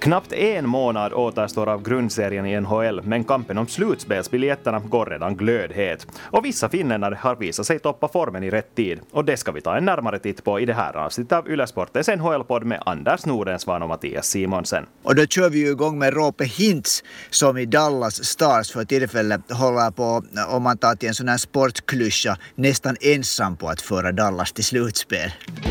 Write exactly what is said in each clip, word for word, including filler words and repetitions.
Knappt en månad återstår av grundserien i N H L, men kampen om slutspelsbiljetterna går redan glödhet. Och vissa finländare har visat sig toppa formen i rätt tid. Och det ska vi ta en närmare titt på i det här avsnittet av Yle Sportens N H L-podd med Anders Nordensvan och Mattias Simonsen. Och då kör vi ju igång med Roope Hintz som i Dallas Stars för tillfället håller på, om man tar till en sån här sportklyscha, nästan ensam på att föra Dallas till slutspel.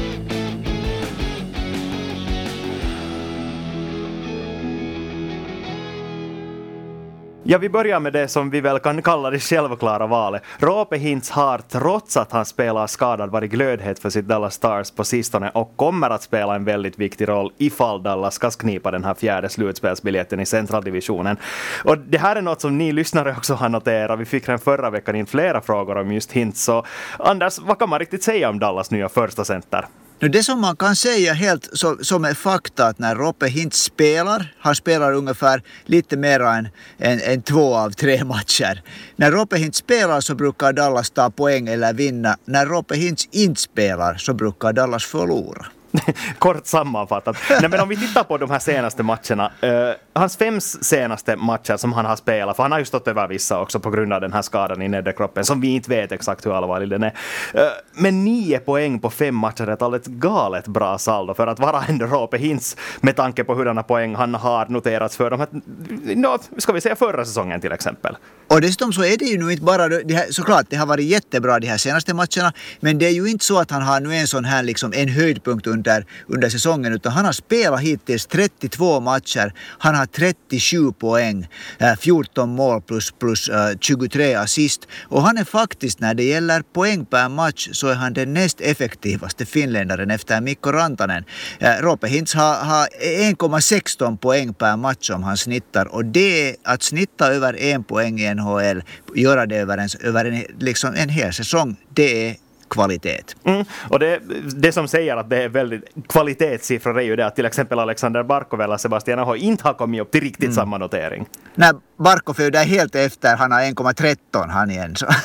Ja, vi börjar med det som vi väl kan kalla det självklara valet. Roope Hintz har, trots att han spelar skadad, varit glödhet för sitt Dallas Stars på sistone och kommer att spela en väldigt viktig roll ifall Dallas ska knipa den här fjärde slutspelsbiljetten i centraldivisionen. Och det här är något som ni lyssnare också har noterat. Vi fick den förra veckan in flera frågor om just Hintz. Så Anders, vad kan man riktigt säga om Dallas nya första center? Det som man kan säga helt så, som är fakta att när Roope Hintz spelar, han spelar ungefär lite mer än, än, än två av tre matcher. När Roope Hintz spelar så brukar Dallas ta poäng eller vinna. När Roope Hintz inte spelar så brukar Dallas förlora. Kort sammanfattat. Nej, men om vi tittar på de här senaste matcherna. Uh, hans fem senaste matcher som han har spelat, för han har ju stått över vissa också på grund av den här skadan i nederkroppen som vi inte vet exakt hur allvarlig den är. Uh, men nio poäng på fem matcher är ett alldeles galet bra saldo för att vara en Roope Hintz med tanke på hurdana poäng han har noterats för de här, no, ska vi säga förra säsongen till exempel. Och dessutom så är det ju nu inte bara, det här, såklart det har varit jättebra de här senaste matcherna, men det är ju inte så att han har nu en sån här liksom en höjdpunkt under, under säsongen, utan han har spelat hittills trettiotvå matcher, han har trettiosju poäng, fjorton mål plus, plus uh, tjugotre assist, och han är faktiskt, när det gäller poäng per match, så är han den näst effektivaste finländaren efter Mikko Rantanen. Uh, Roope Hintz har, har en komma sexton poäng per match som han snittar, och det är att snitta över en poäng i N H L, göra det över en, över en, liksom en hel säsong, det är kvalitet. Mm. Och det, det som säger att det är väldigt kvalitetssiffror är ju det att till exempel Alexander Barkov eller Sebastian Aho inte har kommit upp till riktigt mm. samma notering. Nej, Barkov är där helt efter, han har en komma tretton han igen. Så.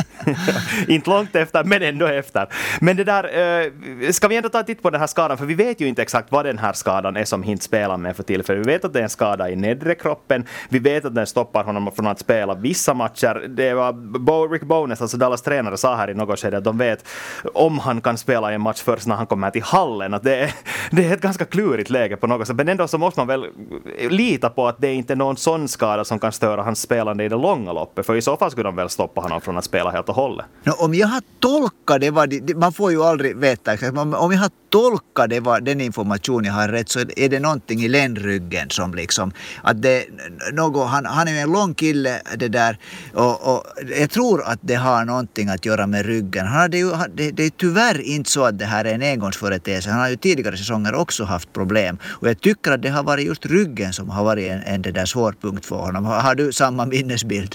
Inte långt efter, men ändå efter. Men det där, eh, ska vi ändå ta titt på den här skadan, för vi vet ju inte exakt vad den här skadan är som Hintz spelar med för tillfället. Vi vet att det är en skada i nedre kroppen, vi vet att den stoppar honom från att spela vissa matcher. Det var Bo, Rick Bowness, alltså Dallas tränare, sa här i något skede att de vet om han kan spela i en match först när han kommer till hallen. Att det, är, det är ett ganska klurigt läge på något sätt, men ändå så måste man väl lita på att det inte är någon sån skada som kan störa hans spelande i det långa loppet, för i så fall skulle de väl stoppa honom från att spela helt och hållet. No, om jag har tolkat det, var det, man får ju aldrig veta exakt, om jag har tolkat det var den information jag har rätt, så är det någonting i ländryggen som liksom, att det något, han, han är ju en lång kille det där, och, och jag tror att det har någonting att göra med ryggen. Han hade ju, det, det är tyvärr inte så att det här är en engångsföreteelse, han har ju tidigare säsonger också haft problem, och jag tycker att det har varit just ryggen som har varit en, en det där svår punkt för honom. Har du samma minnesbild?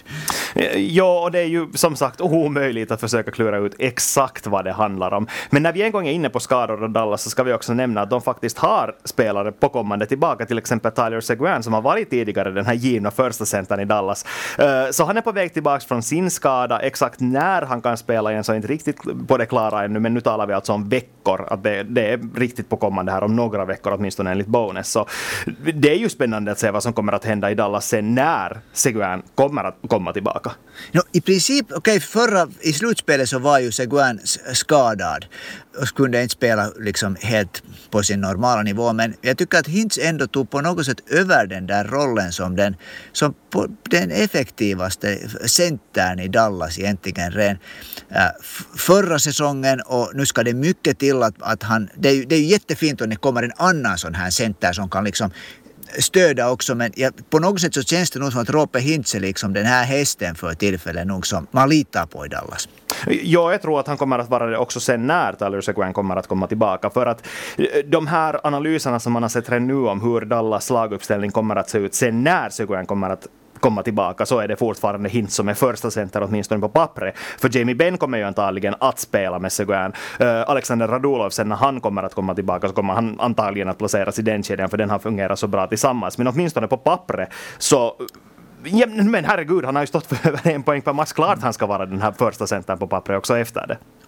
Ja, och det är ju som sagt omöjligt att försöka klura ut exakt vad det handlar om. Men när vi en gång är inne på skador och Dallas så ska vi också nämna att de faktiskt har spelare på kommande tillbaka, till exempel Tyler Seguin som har varit tidigare den här givna första centern i Dallas. Så han är på väg tillbaka från sin skada. Exakt när han kan spela igen så är inte riktigt på det klara ännu, men nu talar vi alltså om veckor, att det, det är riktigt på kommande här om några veckor åtminstone enligt Bowness. Så det är ju spännande att se vad som kommer att hända i Dallas sen när Seguin kommer att komma tillbaka. No, i princip, okej, okay, förra i slutspelet så var ju Seguin skadad och kunde inte spela liksom helt på sin normala nivå, men jag tycker att Hintz ändå tog på något sätt över den där rollen som den, som på den effektivaste centern i Dallas egentligen ren äh, förra säsongen, och nu ska det mycket till att, att han, det är, ju, det är ju jättefint om det kommer en annan sån här center som kan liksom stöda också, men ja, på något sätt så känns det nog som att Roope Hintz är liksom den här hästen för tillfället nog som man litar på i Dallas. Ja, jag tror att han kommer att vara det också sen när Tyler Seguin kommer att komma tillbaka, för att de här analyserna som man har sett redan nu om hur Dallas laguppställning kommer att se ut sen när Seguin kommer att komma tillbaka, så är det fortfarande Hintz som är första center åtminstone på pappret. För Jamie Benn kommer ju antagligen att spela med Seguin. Uh, Alexander Radulov, sen när han kommer att komma tillbaka så kommer han antagligen att placeras i den kedjan, för den har fungerat så bra tillsammans. Men åtminstone på pappret så... Ja, men herregud, han har ju stått för över en poäng per match. Klart han ska vara den här första centern på pappret också efter det.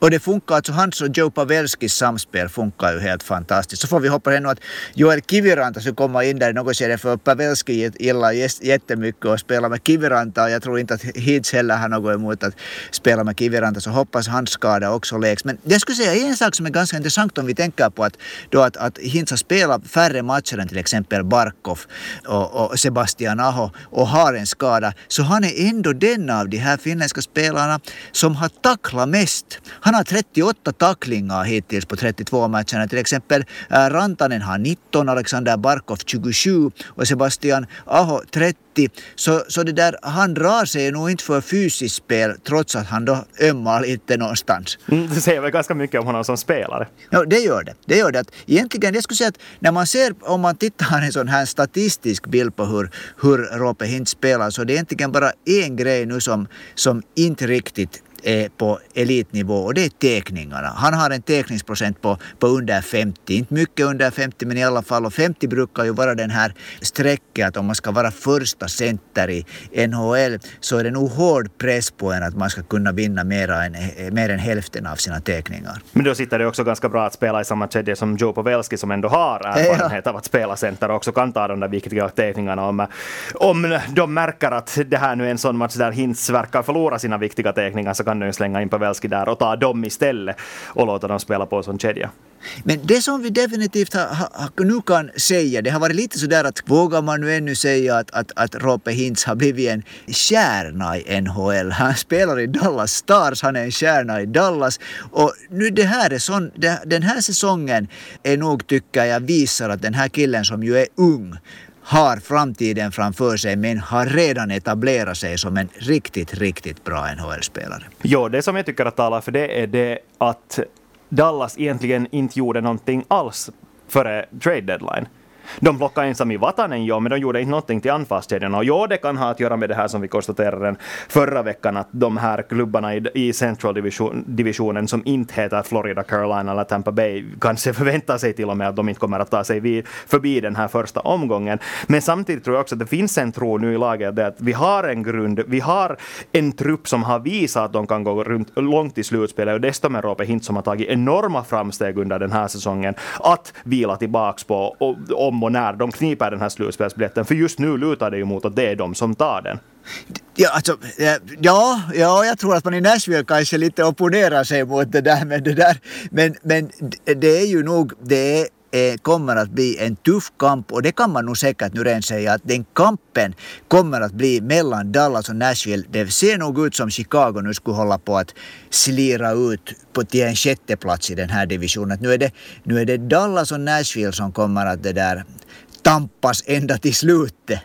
Och det funkar, alltså hans och Joe Pavelskis samspel funkar ju helt fantastiskt. Så får vi hoppas ännu att Joel Kiviranta ska komma in där i något skede, för Pavelski gillar jättemycket att spela med Kiviranta, och jag tror inte att Hitz heller har något emot att spela med Kiviranta, så hoppas hans skada också läks. Men jag skulle säga en sak som är ganska intressant om vi tänker på att, då att, att Hitz har spelat färre matcher än till exempel Barkov och, och Sebastian Aho och har en skada, så han är ändå den av de här finländska spelarna som har tacklat mest. Han har trettioåtta tacklingar hittills på trettiotvå matcherna. Till exempel äh, Rantanen har nitton, Alexander Barkov tjugosju och Sebastian Aho trettio. Så, så det där, han drar sig nog inte för fysiskt spel trots att han då ömmar lite någonstans. Mm, det säger väl ganska mycket om honom som spelare. Ja, det gör det. Det gör det. Att egentligen, jag skulle säga att när man ser, om man tittar en sån här statistisk bild på hur, hur Roope Hintz spelar, så det är egentligen bara en grej nu som, som inte riktigt är på elitnivå, och det är teckningarna. Han har en teckningsprocent på, på under femtio. Inte mycket under femtio, men i alla fall. Och femtio brukar ju vara den här sträcket att om man ska vara första center i N H L, så är det nog hård press på en att man ska kunna vinna mer än, mer än hälften av sina teckningar. Men då sitter det också ganska bra att spela i samma kedja som Joe Pavelski, som ändå har erfarenhet ja. av att spela center och också kan ta de där viktiga teckningarna. Om, om de märker att det här nu är en sån match där Hintz verkar förlora sina viktiga teckningar, så kan nu slänga in Pavelski där och ta dem istället och låta dem spela på en sån kedja. Men det som vi definitivt ha, ha, nu kan säga, det har varit lite sådär att vågar man nu ännu säga att, att, att Roope Hintz har blivit en kärna i N H L. Han spelar i Dallas Stars, han är en kärna i Dallas, och nu det här är sån, det, den här säsongen är nog, tycker jag, visar att den här killen som ju är ung har framtiden framför sig, men har redan etablerat sig som en riktigt, riktigt bra N H L-spelare. Jo, det som jag tycker att tala för det är det att Dallas egentligen inte gjorde någonting alls före trade deadline. De plockade ensam i Vatanen, ja, men de gjorde inte någonting till anfallskedjan. Och ja, det kan ha att göra med det här som vi konstaterade den förra veckan, att de här klubbarna i, i Central Division, divisionen som inte heter Florida, Carolina eller Tampa Bay kanske förväntar sig till och med att de inte kommer att ta sig vid, förbi den här första omgången. Men samtidigt tror jag också att det finns en tro nu i laget att vi har en grund, vi har en trupp som har visat att de kan gå runt, långt i slutspelet, och desto med Roope Hintz som har tagit enorma framsteg under den här säsongen att vila tillbaks på och, om och när de kniper den här slutspelsbiljetten. För just nu lutar det ju mot att det är de som tar den. Ja, alltså, ja, ja, jag tror att man i Nashville kanske lite opponerar sig mot det där, men det där, men, men det är ju nog, det är kommer att bli en tuff kamp, och det kan man nog säkert nu redan säga att den kampen kommer att bli mellan Dallas och Nashville. Det ser nog ut som Chicago nu skulle hålla på att slira ut på till en sjätte plats i den här divisionen. Nu är det, nu är det Dallas och Nashville som kommer att det där tampas ända till slutet.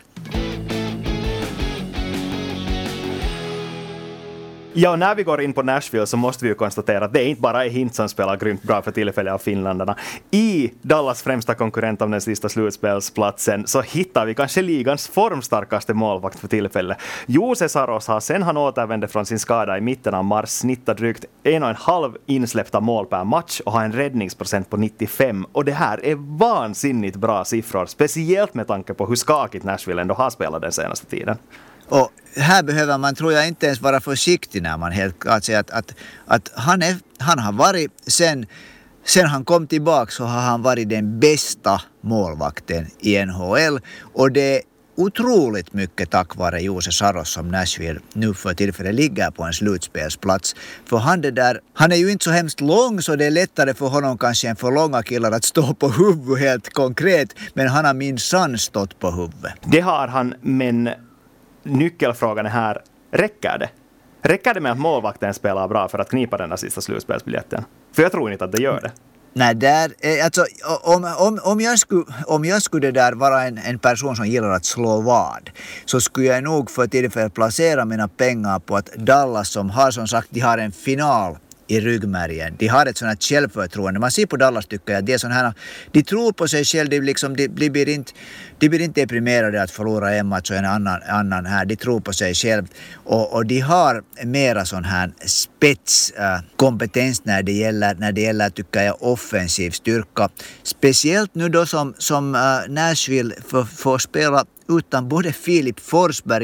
Ja, och när vi går in på Nashville så måste vi ju konstatera att det är inte bara Hintz som spelar grymt bra för tillfället av finländarna. I Dallas främsta konkurrent om den sista slutspelsplatsen så hittar vi kanske ligans formstarkaste målvakt för tillfället. Juuse Saros har sen han återvände från sin skada i mitten av mars snittat drygt en och en halv insläppta mål per match och har en räddningsprocent på nittiofem. Och det här är vansinnigt bra siffror, speciellt med tanke på hur skakigt Nashville ändå har spelat den senaste tiden. Och här behöver man, tror jag, inte ens vara försiktig när man helt klart säger att, att, att han, är, han har varit, sen, sen han kom tillbaka så har han varit den bästa målvakten i N H L, och det är otroligt mycket tack vare Juuse Saros som Nashville nu för tillfället ligger på en slutspelsplats. För han, det där, han är ju inte så hemskt lång, så det är lättare för honom kanske än för långa killar att stå på huvudet helt konkret, men han har minsann stått på huvudet. Det har han, men nyckelfrågan är här, räcker det? Räcker det med att målvakten spelar bra för att knipa den där sista slutspelsbiljetten? För jag tror inte att det gör det. Nej, där, alltså, om, om, om jag skulle, om jag skulle det där vara en, en person som gillar att slå vad, så skulle jag nog för tillfället placera mina pengar på att Dallas, som har som sagt, de har en final i ryggmärgen. De har ett sånt här självförtroende. Man ser på Dallas, tycker jag, det är sån här, de tror på sig själv, de, liksom, de, de, blir inte, de blir inte deprimerade att förlora en match och en annan, annan här. De tror på sig själv. Och, och de har mera sån här spetskompetens äh, när det gäller, när det gäller, tycker jag, offensiv styrka. Speciellt nu då som, som äh, Nashville får, får spela utan både Filip Forsberg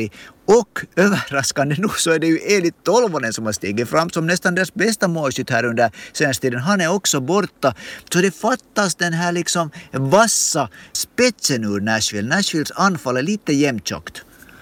Och överraskande nog så är det ju Eli Tolvanen som har stigit fram som nästan deras bästa målskytt här under senaste tiden. Han är också borta. Så det fattas den här liksom vassa spetsen ur Nashville. Nashvilles anfall är lite jämntjockt.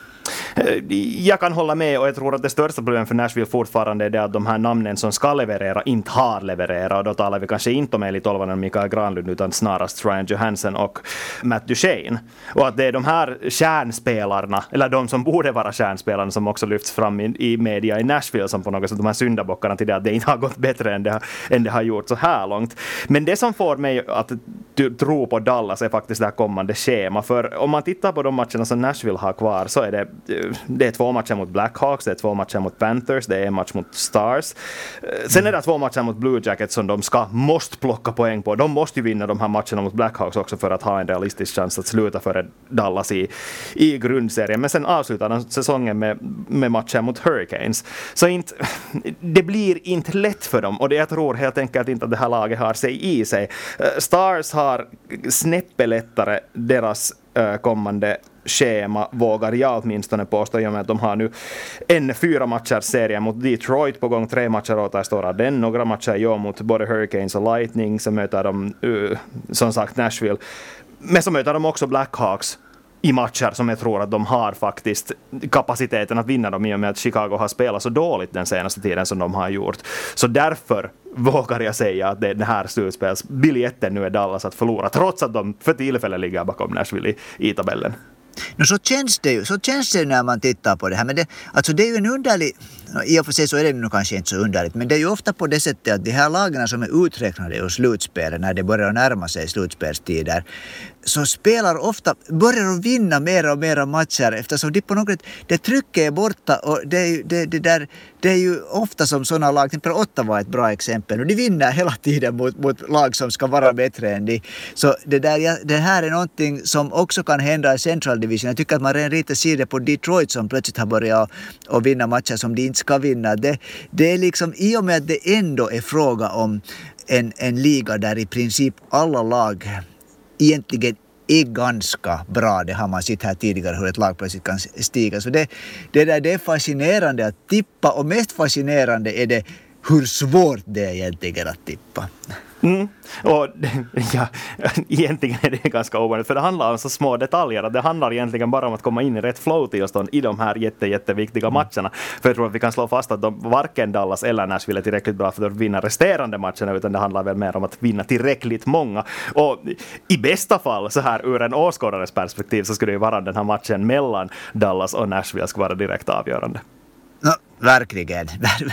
Jag kan hålla med, och jag tror att det största problemet för Nashville fortfarande är det att de här namnen som ska leverera inte har levererat, och då talar vi kanske inte om Eli Tolvanen och Mikael Granlund utan snarast Ryan Johansson och Matt Duchene, och att det är de här kärnspelarna, eller de som borde vara kärnspelarna, som också lyfts fram i, i media i Nashville som på något sätt de här syndabockarna till det att det inte har gått bättre än det, än det har gjort så här långt. Men det som får mig att tro på Dallas är faktiskt det här kommande schema, för om man tittar på de matcherna som Nashville har kvar så är det det är två matcher mot Blackhawks, det är två matcher mot Panthers, det är en match mot Stars. Sen är det två matcher mot Blue Jackets som de ska måste plocka poäng på. De måste ju vinna de här matcherna mot Blackhawks också för att ha en realistisk chans att sluta före Dallas i, i grundserien. Men sen avslutar de säsongen med, med matcher mot Hurricanes. Så inte, det blir inte lätt för dem, och det jag tror helt enkelt inte att det här laget har sig i sig. Stars har snäppet lättare deras kommande schema, vågar jag åtminstone påstå, i och med att de har nu en fyra matcher serie mot Detroit på gång, tre matcher återstår av den, några matcher gör mot både Hurricanes och Lightning, så möter de uh, som sagt Nashville, men så möter de också Blackhawks i matcher som jag tror att de har faktiskt kapaciteten att vinna dem, i och med att Chicago har spelat så dåligt den senaste tiden som de har gjort. Så därför vågar jag säga att det är den här slutspelsbiljetten nu är Dallas att förlora, trots att de för tillfället ligger bakom Nashville i, i tabellen. No, så känns det ju, så känns det när man tittar på det här. Men det, alltså det är ju en underlig, i och för sig så är det nu kanske inte så underligt, men det är ju ofta på det sättet att de här lagarna som är uträknade ur slutspelet, när det börjar närma sig slutspelstider, så spelar ofta, börjar de vinna mer och mer matcher, eftersom det på något det trycket är borta, och det är ju, det, det där, det är ju ofta som sådana lag, till exempel Ottawa var ett bra exempel, och de vinner hela tiden mot, mot lag som ska vara bättre än de. Så det, där, det här är någonting som också kan hända i Central Division. Jag tycker att man redan lite ser det på Detroit som plötsligt har börjat att vinna matcher som de inte ska vinna. Det, det är liksom, i och med att det ändå är fråga om en, en liga där i princip alla lag egentligen är ganska bra. Det har man sett här tidigare hur ett lag plötsligt kan stiga. Så det, det, där, det är fascinerande att tippa, och mest fascinerande är det hur svårt det är egentligen att tippa. Mm. Och ja, egentligen är det ganska ovanligt, för det handlar om så små detaljer. Det handlar egentligen bara om att komma in i rätt flow-tillstånd i de här jätte, jätteviktiga matcherna. För jag tror att vi kan slå fast att de, varken Dallas eller Nashville är tillräckligt bra för att vinna resterande matcherna, utan det handlar väl mer om att vinna tillräckligt många. Och i bästa fall, så här ur en åskådares perspektiv, så skulle det ju vara den här matchen mellan Dallas och Nashville ska vara direkt avgörande. No, verkligen.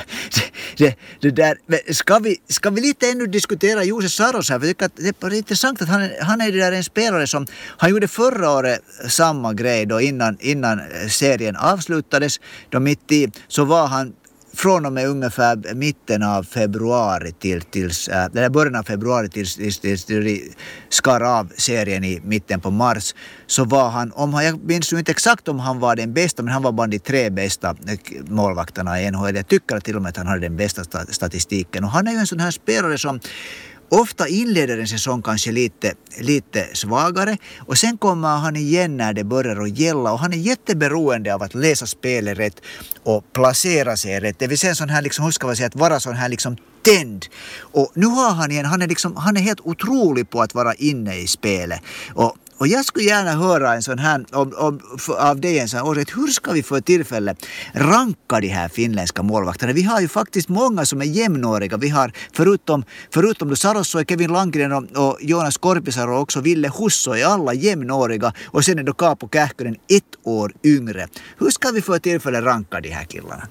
Det, det där, ska, vi, ska vi lite ännu diskutera Juuse Saros här? För jag tycker att det är intressant att han, han är det där en spelare som han gjorde förra året samma grej då innan, innan serien avslutades. Då mitt i så var han från och med ungefär mitten av februari till, tills, äh, eller början av februari tills, tills, tills, tills skar av serien i mitten på mars, så var han, om han, jag minns ju inte exakt om han var den bästa, men han var bland de tre bästa målvakterna i N H L. Jag tycker att till och med att han hade den bästa statistiken, och han är ju en sån här spelare som ofta inleder en säsong kanske lite, lite svagare, och sen kommer han igen när det börjar att gälla, och han är jätteberoende av att läsa spelet rätt och placera sig rätt. Det vill säga en sån här, liksom, hur ska man säga, att vara sån här liksom tänd. Och nu har han igen, han är, liksom, han är helt otrolig på att vara inne i spelet. Och Och jag skulle gärna höra en sån här, om, om, av dig en sån här åsikt, hur ska vi för tillfälle ranka de här finländska målvakterna? Vi har ju faktiskt många som är jämnåriga. Vi har, förutom, förutom då Saros, så är Kevin Landgren och, och Jonas Korpisaro och också Ville Husso är alla jämnåriga. Och sen är då Kaapo Kähkönen ett år yngre. Hur ska vi för tillfälle ranka de här killarna?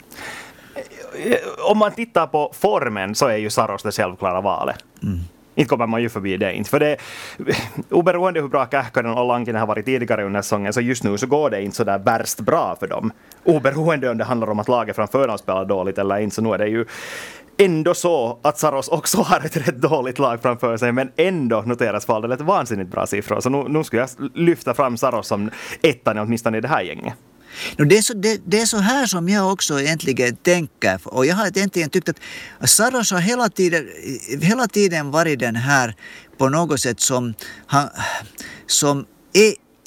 Om man tittar på formen så är ju Saros det självklara valet. Mm. Inte kommer man ju förbi det inte. För det, oberoende hur bra Kähkönen och Lankinen har varit tidigare under säsongen, så just nu så går det inte så där värst bra för dem. Oberoende om det handlar om att laget framför dem spelar dåligt eller inte, så nu är det ju ändå så att Saros också har ett rätt dåligt lag framför sig, men ändå noteras för alldeles vansinnigt bra siffror. Så nu, nu skulle jag lyfta fram Saros som ettan åtminstone i det här gänget. No, det, är så, det, det är så här som jag också egentligen tänker, och jag har egentligen tyckt att Saros har hela tiden, hela tiden varit den här på något sätt som, han, som är ett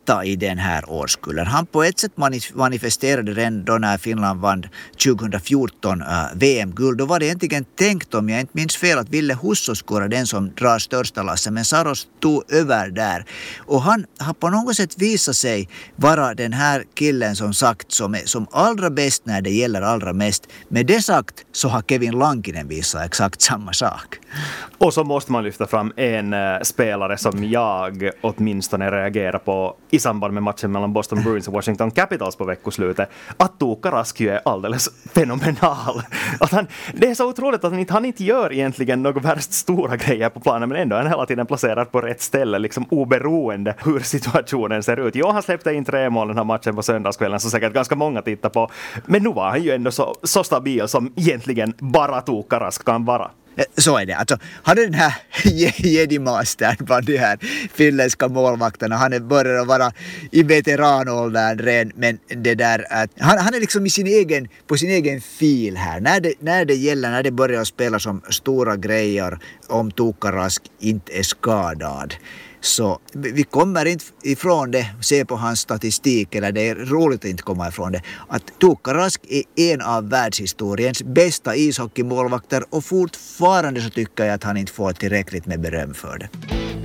etta i den här årskullen. Han på ett sätt manif- manifesterade redan då när Finland vann tjugohundrafjorton uh, V M-guld. Då var det egentligen tänkt, om jag inte minns fel, att Ville Husso skulle vara den som drar största lassen. Men Saros tog över där. Och han har på något sätt visat sig vara den här killen som sagt som är som allra bäst när det gäller allra mest. Med det sagt så har Kevin Lankinen visat exakt samma sak. Och så måste man lyfta fram en uh, spelare som jag åtminstone reagerar på i samband med matchen mellan Boston Bruins och Washington Capitals på veckoslutet. Att Tuukka Rask ju är alldeles fenomenal. Att han, det är så otroligt att han inte, han inte gör egentligen några värst stora grejer på planen, men ändå är han hela tiden placerad på rätt ställe, liksom oberoende hur situationen ser ut. Jo, han släppte in tre mål den här matchen på söndagskvällen, så säkert ganska många tittar på. Men nu var han ju ändå så, så stabil som egentligen bara Tuukka Rask kan vara. Så är det. Alltså, han är den här Jedi-mastern bland de här finländska målvakterna. Han är börjat vara i veteranåldern redan, men det där att han, han är liksom i sin egen, på sin egen fil här. När det, när det gäller, när det börjar spela som stora grejer om Tuukka Rask inte är skadad. Så vi kommer inte ifrån det, se på hans statistik, eller det är roligt att inte komma ifrån det, att Tuukka Rask är en av världshistoriens bästa ishockeymålvakter, och fortfarande så tycker jag att han inte får tillräckligt med beröm för det.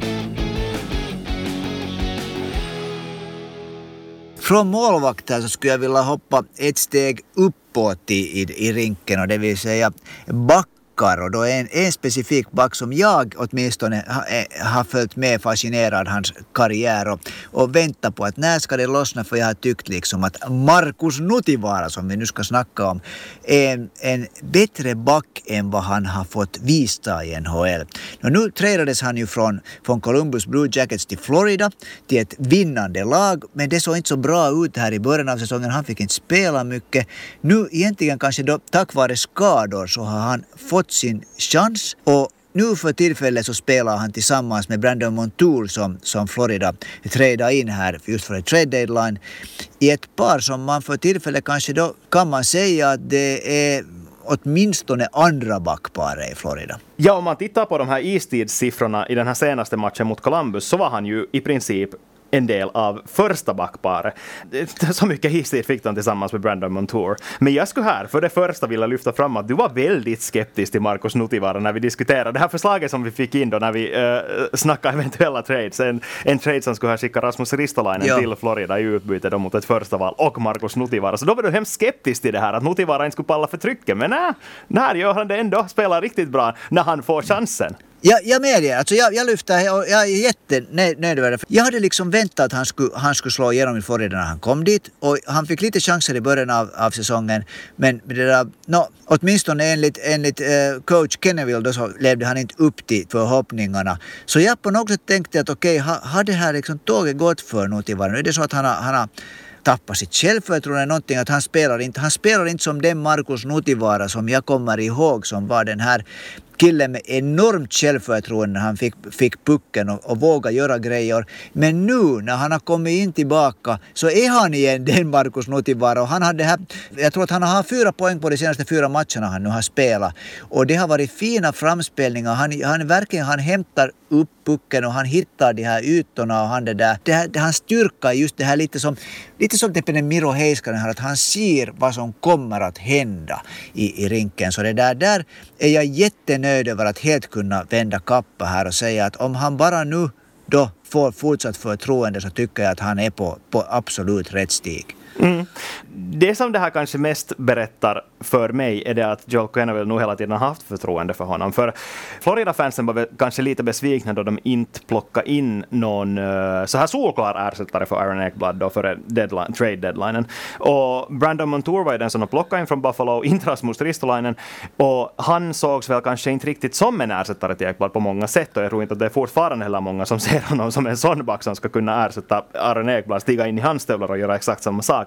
Från målvakter så skulle jag vilja hoppa ett steg uppåt i, i, i rinken, och det vill säga back. Och då är en, en specifik back som jag åtminstone ha, har följt med, fascinerad hans karriär och, och väntar på att när ska det lossna, för jag har tyckt liksom att Markus Nutivaara, som vi nu ska snacka om, är en, en bättre back än vad han har fått visa i N H L. Och nu tradades han ju från, från Columbus Blue Jackets till Florida, till ett vinnande lag, men det såg inte så bra ut här i början av säsongen. Han fick inte spela mycket. Nu egentligen kanske då, tack vare skador, så har han fått sin chans, och nu för tillfället så spelar han tillsammans med Brandon Montour som, som Florida tradar in här just för ett trade deadline i ett par som man för tillfället kanske då kan man säga att det är åtminstone andra backparet i Florida. Ja, om man tittar på de här istidssiffrorna i den här senaste matchen mot Columbus, så var han ju i princip en del av första backparet. Så mycket istid fick de tillsammans med Brandon Montour. Men jag skulle här för det första vilja lyfta fram att du var väldigt skeptisk till Markus Nutivaara när vi diskuterade det här förslaget som vi fick in då när vi uh, snackade eventuella trades. En, en trade som skulle ha skickat Rasmus Ristolainen ja. till Florida i utbyte då mot ett första val och Markus Nutivaara. Så då var du hemskt skeptisk till det här, att Nutivaara inte skulle palla för trycket. Men nej, när gör han det ändå, spelar riktigt bra när han får chansen. Jag, jag medger, alltså jag, jag lyfter och jag är jättenöjd. Jag hade liksom väntat att han skulle, han skulle slå igenom i Florida när han kom dit, och han fick lite chanser i början av, av säsongen, men det där, no, åtminstone enligt, enligt uh, coach Kenneville då så levde han inte upp till förhoppningarna. Så jag på något sätt tänkte att okej, okay, har det här liksom tåget gått för Nutivaara? Nu är det så att han har, han har tappa sitt självförtroende, någonting att han spelar inte, han spelar inte som den Markus Nutivaara som jag kommer ihåg, som var den här killen med enormt självförtroende när han fick, fick pucken och, och våga göra grejer. Men nu när han har kommit in tillbaka så är han igen den Markus Nutivaara, och han hade här, jag tror att han har haft fyra poäng på de senaste fyra matcherna han nu har spelat, och det har varit fina framspelningar. Han, han verkligen han hämtar upp pucken och han hittar de här ytorna, och han det där, det här, det han styrka just det här lite som lite som till exempel Miro Heiskanen här, att han ser vad som kommer att hända i, i rinken. Så det där, där är jag jättenöjd över att helt kunna vända kappa här och säga att om han bara nu då får fortsatt förtroende, så tycker jag att han är på, på absolut rätt stig. Mm. Det som det här kanske mest berättar för mig är det att Joel Quenneville nog hela tiden har haft förtroende för honom. För Florida-fansen var kanske lite besvikna då de inte plockade in någon uh, så här solklar ersättare för Aaron Ekblad då för deadline, trade deadlinen. Och Brandon Montour var ju den som de plockade in från Buffalo, inte Rasmus Ristolainen, och han sågs väl kanske inte riktigt som en ersättare till Ekblad på många sätt, och jag tror inte att det är fortfarande heller många som ser honom som en sån back som ska kunna ersätta Aaron Ekblad, stiga in i hans stövlar och göra exakt samma sak.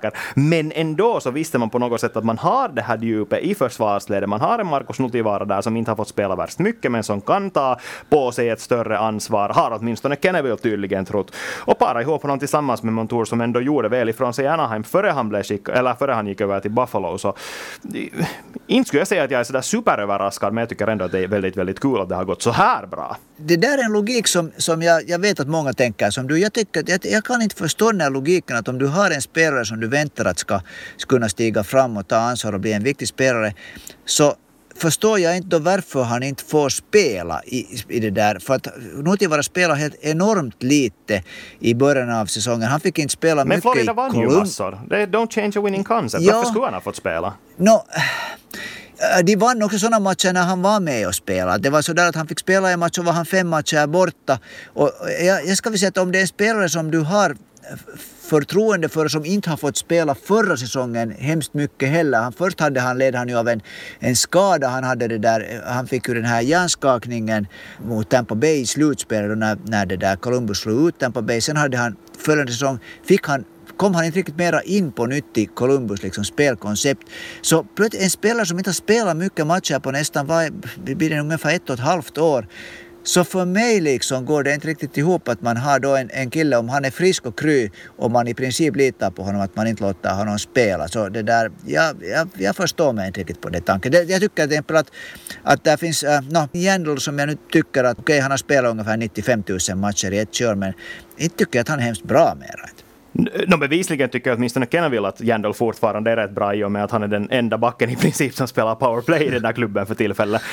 saker. Men ändå så visste man på något sätt att man har det här djupet i försvarsledet. Man har en Markus Nutivaara där som inte har fått spela värst mycket men som kan ta på sig ett större ansvar. Har åtminstone Kenneville tydligen trott. Och para ihop honom tillsammans med Montour som ändå gjorde väl ifrån sig Anaheim före han, blev skick, eller före han gick över till Buffalo. Så inte skulle jag säga att jag är sådär superöverraskad, men jag tycker ändå att det är väldigt, väldigt kul att det har gått så här bra. Det där är en logik som, som jag, jag vet att många tänker som du. Jag, tycker, jag, jag kan inte förstå den här logiken att om du har en spelare som du väntar att ska, ska kunna stiga fram och ta ansvar och bli en viktig spelare, så förstår jag inte då varför han inte får spela i, i det där. För att Nutivaara spelar helt enormt lite i början av säsongen. Han fick inte spela men mycket i Florida vann ju massor. They don't change a winning concept. Ja. Varför skulle han ha fått spela? No, de vann också sådana matcher när han var med och spelade. Det var så där att han fick spela en match och var han fem matcher borta. Och jag, jag ska väl säga att om det är en spelare som du har förtroende för som inte har fått spela förra säsongen hemskt mycket heller. Han, först hade han led han ju av en, en skada. Han, hade det där, han fick ju den här hjärnskakningen mot Tampa Bay i slutspelet när, när det där Columbus slog ut Tampa Bay. Sen hade han följande säsong fick han kom han inte riktigt mera in på nytt i Columbus liksom spelkoncept. Så en spelare som inte har spelat mycket matcher på nästan var, blir det ungefär ett och ett halvt år. Så för mig liksom går det inte riktigt ihop att man har då en, en kille, om han är frisk och kry och man i princip litar på honom, att man inte låter honom spela. Så det där, jag, jag, jag förstår mig inte riktigt på det tanken. Det, jag tycker till exempel att, att där finns äh, no, Jandl som jag nu tycker att okej, okay, han har spelat ungefär nittiofem tusen matcher i ett kör, men inte tycker jag att han är hemskt bra med det. No, bevisligen tycker jag åtminstone Kenneville att Jandl fortfarande är rätt bra i och med att han är den enda backen i princip som spelar powerplay i den där klubben för tillfället.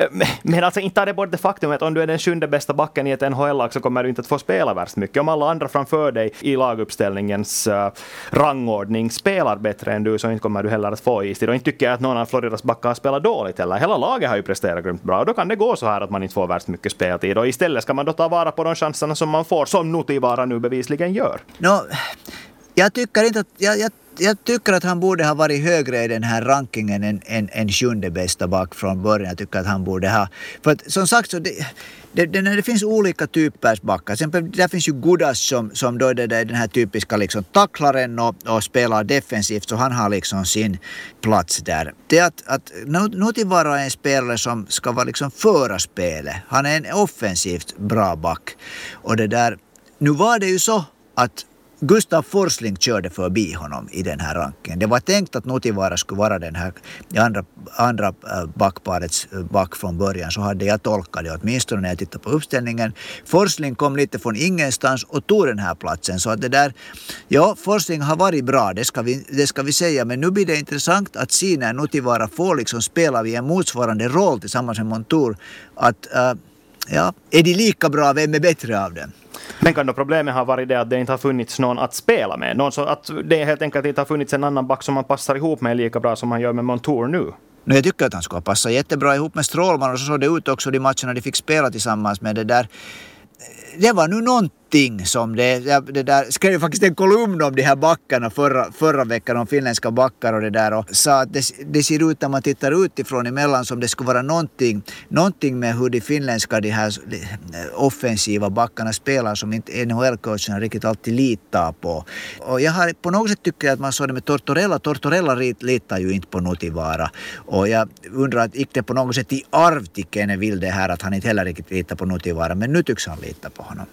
Men alltså inte tar det bort det faktum att om du är den sjunde bästa backen i ett N H L-lag så kommer du inte att få spela värst mycket. Om alla andra framför dig i laguppställningens uh, rangordning spelar bättre än du så inte kommer du heller att få istid. Och inte tycker jag att någon av Floridas backar har spelat dåligt heller. Hela laget har ju presterat grymt bra och då kan det gå så här att man inte får värst mycket speltid. Och istället ska man då ta vara på de chanserna som man får, som Nutivaara nu bevisligen gör. No. Jag tycker inte att, jag, jag, jag tycker att han borde ha varit högre i den här rankingen än en, en sjunde bästa back från början. Jag tycker att han borde ha. För att, som sagt så det, det, det, det finns olika typer backar. Exempel, där finns ju Gudas som, som då är det, den här typiska liksom tacklaren och, och spelar defensivt, så han har liksom sin plats där. Det att, att Nutivaara är en spelare som ska vara liksom föra spelet. Han är en offensivt bra back. Och det där, nu var det ju så att Gustav Forsling körde förbi honom i den här rankingen. Det var tänkt att Nutivaara skulle vara den här andra, andra backparets back från början. Så hade jag tolkat det åtminstone när jag tittade på uppställningen. Forsling kom lite från ingenstans och tog den här platsen. Så att det där, ja, Forsling har varit bra, det ska vi, det ska vi säga. Men nu blir det intressant att se när Nutivaara får liksom spela vid en motsvarande roll tillsammans med Montour. Att, uh, ja, är de lika bra, vem är bättre av dem? Men kan då problemet ha varit det att det inte har funnits någon att spela med? Någon så att det helt enkelt inte har funnits en annan back som man passar ihop med lika bra som han gör med Montour nu? Nu jag tycker att han ska passa jättebra ihop med Strålman och så såg det ut också de matcherna de fick spela tillsammans med det där. Det var nu någonting som det, det där, skrev faktiskt en kolumn om de här backarna förra, förra veckan om finländska backar och det där och sa att det, det ser ut när man tittar utifrån emellan som det skulle vara någonting, någonting med hur de finländska de här de offensiva backarna spelar som inte N H L-coacherna riktigt alltid litar på. Och jag har på något sätt tycker jag att man såg det med Tortorella. Tortorella litar ju inte på Nutivaara och jag undrar att gick det på något sätt i arv till Kenneville det här att han inte heller riktigt litar på Nutivaara, men nu tycks han lita på honom.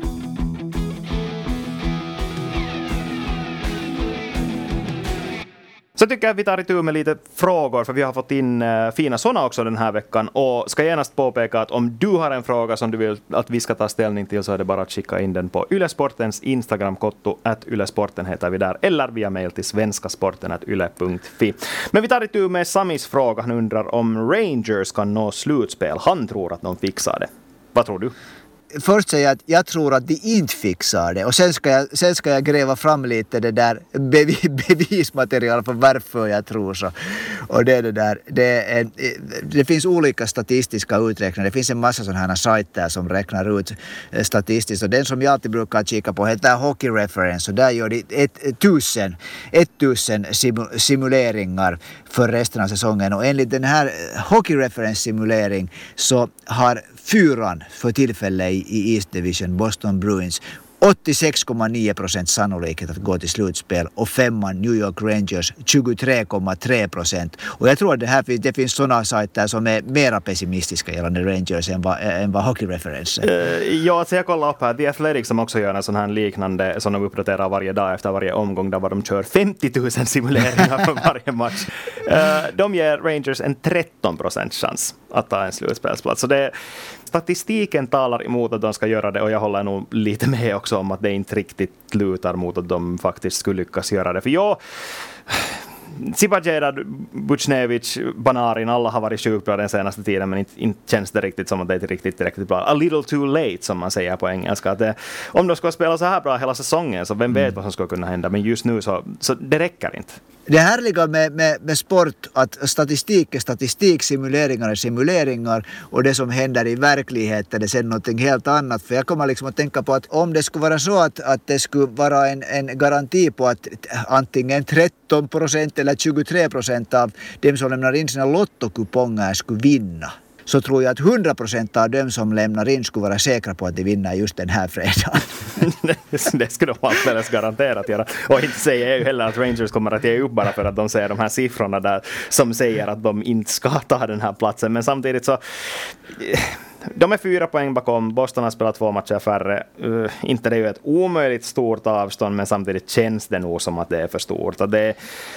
Så tycker jag att vi tar itu med lite frågor, för vi har fått in uh, fina sådana också den här veckan. Och ska genast påpeka att om du har en fråga som du vill att vi ska ta ställning till så är det bara att skicka in den på Ylesportens Instagram-konto, att Ylesporten heter vi där, eller via mail till svenskasporten at yle punkt fi. Men vi tar itu med Samis fråga. Han undrar om Rangers kan nå slutspel. Han tror att de fixar det. Vad tror du? Först säger jag att jag tror att de inte fixar det och sen ska jag, sen ska jag gräva fram lite det där bevis, bevismaterial för varför jag tror så. Och det, det, där, det, är, det finns olika statistiska uträkningar. Det finns en massa sådana här sajter som räknar ut statistiskt och den som jag alltid brukar kika på heter Hockey Reference och där gör de ett tusen, ett tusen simuleringar för resten av säsongen och enligt den här Hockey Reference simulering så har fyran för tillfället i East Division, Boston Bruins, åttiosex komma nio procent sannolikhet att gå till slutspel och femman New York Rangers tjugotre komma tre procent. Och jag tror att det, här, det finns sådana sajter som är mera pessimistiska gällande Rangers än vad, än vad Hockey Reference är. Uh, ja, så jag kollar upp här. The Athletic som också gör en sån här liknande som de uppdaterar varje dag efter varje omgång där de kör femtio tusen simuleringar för varje match. Uh, de ger Rangers en tretton procent chans att ta en slutspelsplats. Så det, statistiken talar emot att de ska göra det och jag håller nog lite med också om att det inte riktigt lutar mot att de faktiskt skulle lyckas göra det. För jag Zibanejad, Buchnevich, Banarin, alla har varit sjukt bra den senaste tiden, men inte, inte känns det riktigt som att det är riktigt, riktigt bra. A little too late, som man säger på engelska. Att det, om de ska spela så här bra hela säsongen, så vem vet mm. vad som ska kunna hända. Men just nu så, så det räcker inte. Det härliga med, med, med sport, att statistik är statistik, simuleringar är simuleringar, och det som händer i verkligheten är sen någonting helt annat. För jag kommer liksom att tänka på att om det skulle vara så att, att det skulle vara en, en garanti på att antingen tretton procent eller tjugotre procent av dem som lämnar in sina lottokuponger skulle vinna, så tror jag att hundra procent av dem som lämnar in skulle vara säkra på att de vinner just den här fredagen. Det skulle de alldeles garanterat göra. Och inte säger jag ju heller att Rangers kommer att ge upp bara för att de säger de här siffrorna där som säger att de inte ska ta den här platsen. Men samtidigt så de är fyra poäng bakom. Boston har spelat två matcher färre. Uh, inte det är ju ett omöjligt stort avstånd, men samtidigt känns det nog som att det är för stort. Och det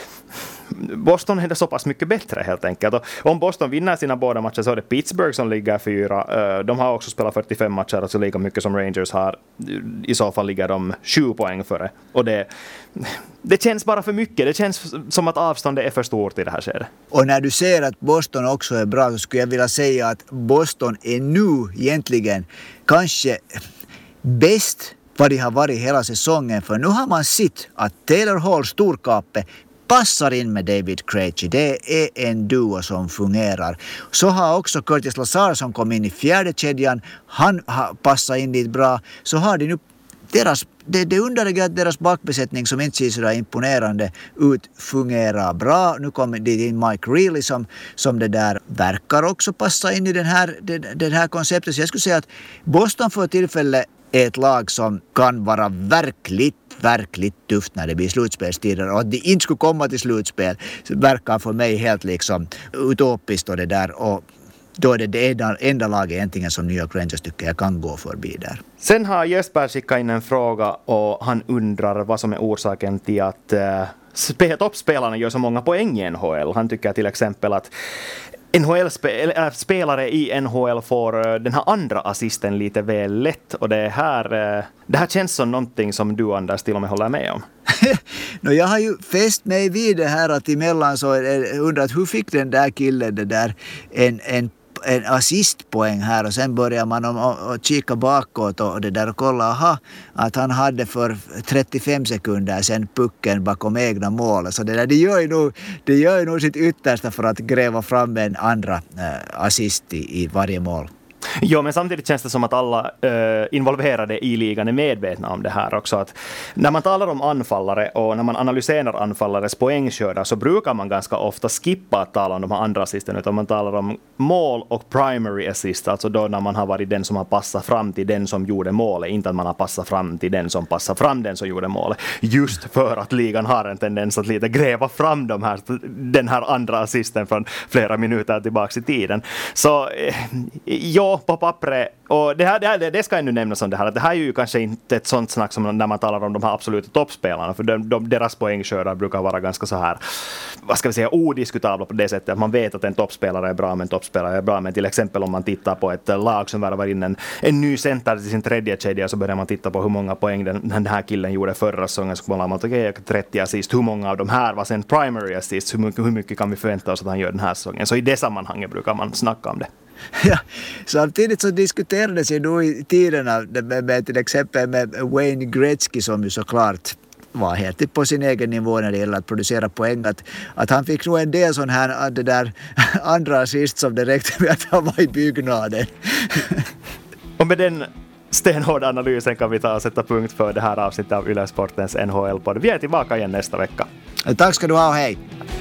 Boston är det så pass mycket bättre helt enkelt. Och om Boston vinner sina båda matcher så är det Pittsburgh som ligger fyra. De har också spelat fyrtiofem matcher, alltså lika mycket som Rangers har. I så fall ligger de sju poäng före. Och det, det känns bara för mycket. Det känns som att avståndet är för stort i det här skedet. Och när du säger att Boston också är bra, så skulle jag vilja säga att Boston är nu egentligen kanske bäst vad de har varit hela säsongen. För nu har man sett att Taylor Hall, storkappe, passar in med David Krejci. Det är en duo som fungerar. Så har också Curtis Lazar som kom in i fjärde kedjan. Han har passat in dit bra. Så har de nu deras, det, det underliga att deras bakbesättning som inte ser så där imponerande ut fungerar bra. Nu kommer det in Mike Reilly som, som det där verkar också passa in i den här, det, det här konceptet. Så jag skulle säga att Boston för tillfälle är ett lag som kan vara verkligt verkligt tufft när det blir slutspelstider, och att de inte skulle komma till slutspel så verkar för mig helt liksom utopiskt, och det där, och då är det det enda, enda laget egentligen som New York Rangers tycker jag kan gå förbi där. Sen har Jesper skickat in en fråga och han undrar vad som är orsaken till att uh, toppspelarna gör så många poäng i N H L. Han tycker till exempel att N H L-spelare i N H L får den här andra assisten lite väl lätt, och det här, det här känns som någonting som du, Anders, till och med håller med om. no, jag har ju fäst mig vid det här att emellan så undrat hur fick den där killen det där en, en en assistpoäng här, och sen börjar man att kika bakåt och det där och kolla, aha, att han hade för trettiofem sekunder sen pucken bakom egna mål. Så det där, det gör ju nog, det gör ju nog sitt yttersta för att gräva fram en andra äh, assist i, i varje mål. Ja, men samtidigt känns det som att alla äh, involverade i ligan är medvetna om det här också. Att när man talar om anfallare och när man analyserar anfallares poängskördar så brukar man ganska ofta skippa att tala om de här andra assisten, utan man talar om mål och primary assist, alltså då när man har varit den som har passat fram till den som gjorde målet, inte att man har passat fram till den som passade fram den som gjorde målet. Just för att ligan har en tendens att lite gräva fram de här, den här andra assisten från flera minuter tillbaka i tiden. Så ja, på pappret, och det, här, det, här, det ska jag nu nämna som det här, att det här är ju kanske inte ett sånt snack som när man talar om de här absoluta toppspelarna, för de, de, deras poängskördar brukar vara ganska så här, vad ska vi säga, odiskutabla på det sättet att man vet att en toppspelare är bra, men toppspelare är bra, men till exempel om man tittar på ett lag som värvar in en, en ny center till sin tredje kedja, så börjar man titta på hur många poäng den, den här killen gjorde förra säsongen, så kollar man att okej, okay, trettio assist, hur många av de här var sen primary assist, hur mycket, hur mycket kan vi förvänta oss att han gör den här säsongen, så i det sammanhanget brukar man snacka om det. Ja, samtidigt så diskuterades ju då i tiderna med, med till exempel med Wayne Gretzky, som ju såklart var helt på sin egen nivå när det gäller att producera poäng, att, att han fick nog en del sån här det där andra assist som det räckte med att han var i byggnaden. Och med den stenhårda analysen kan vi ta och sätta punkt för det här avsnittet av Yle Sportens N H L-podd. Vi är tillbaka igen nästa vecka. Tack ska du ha, hej!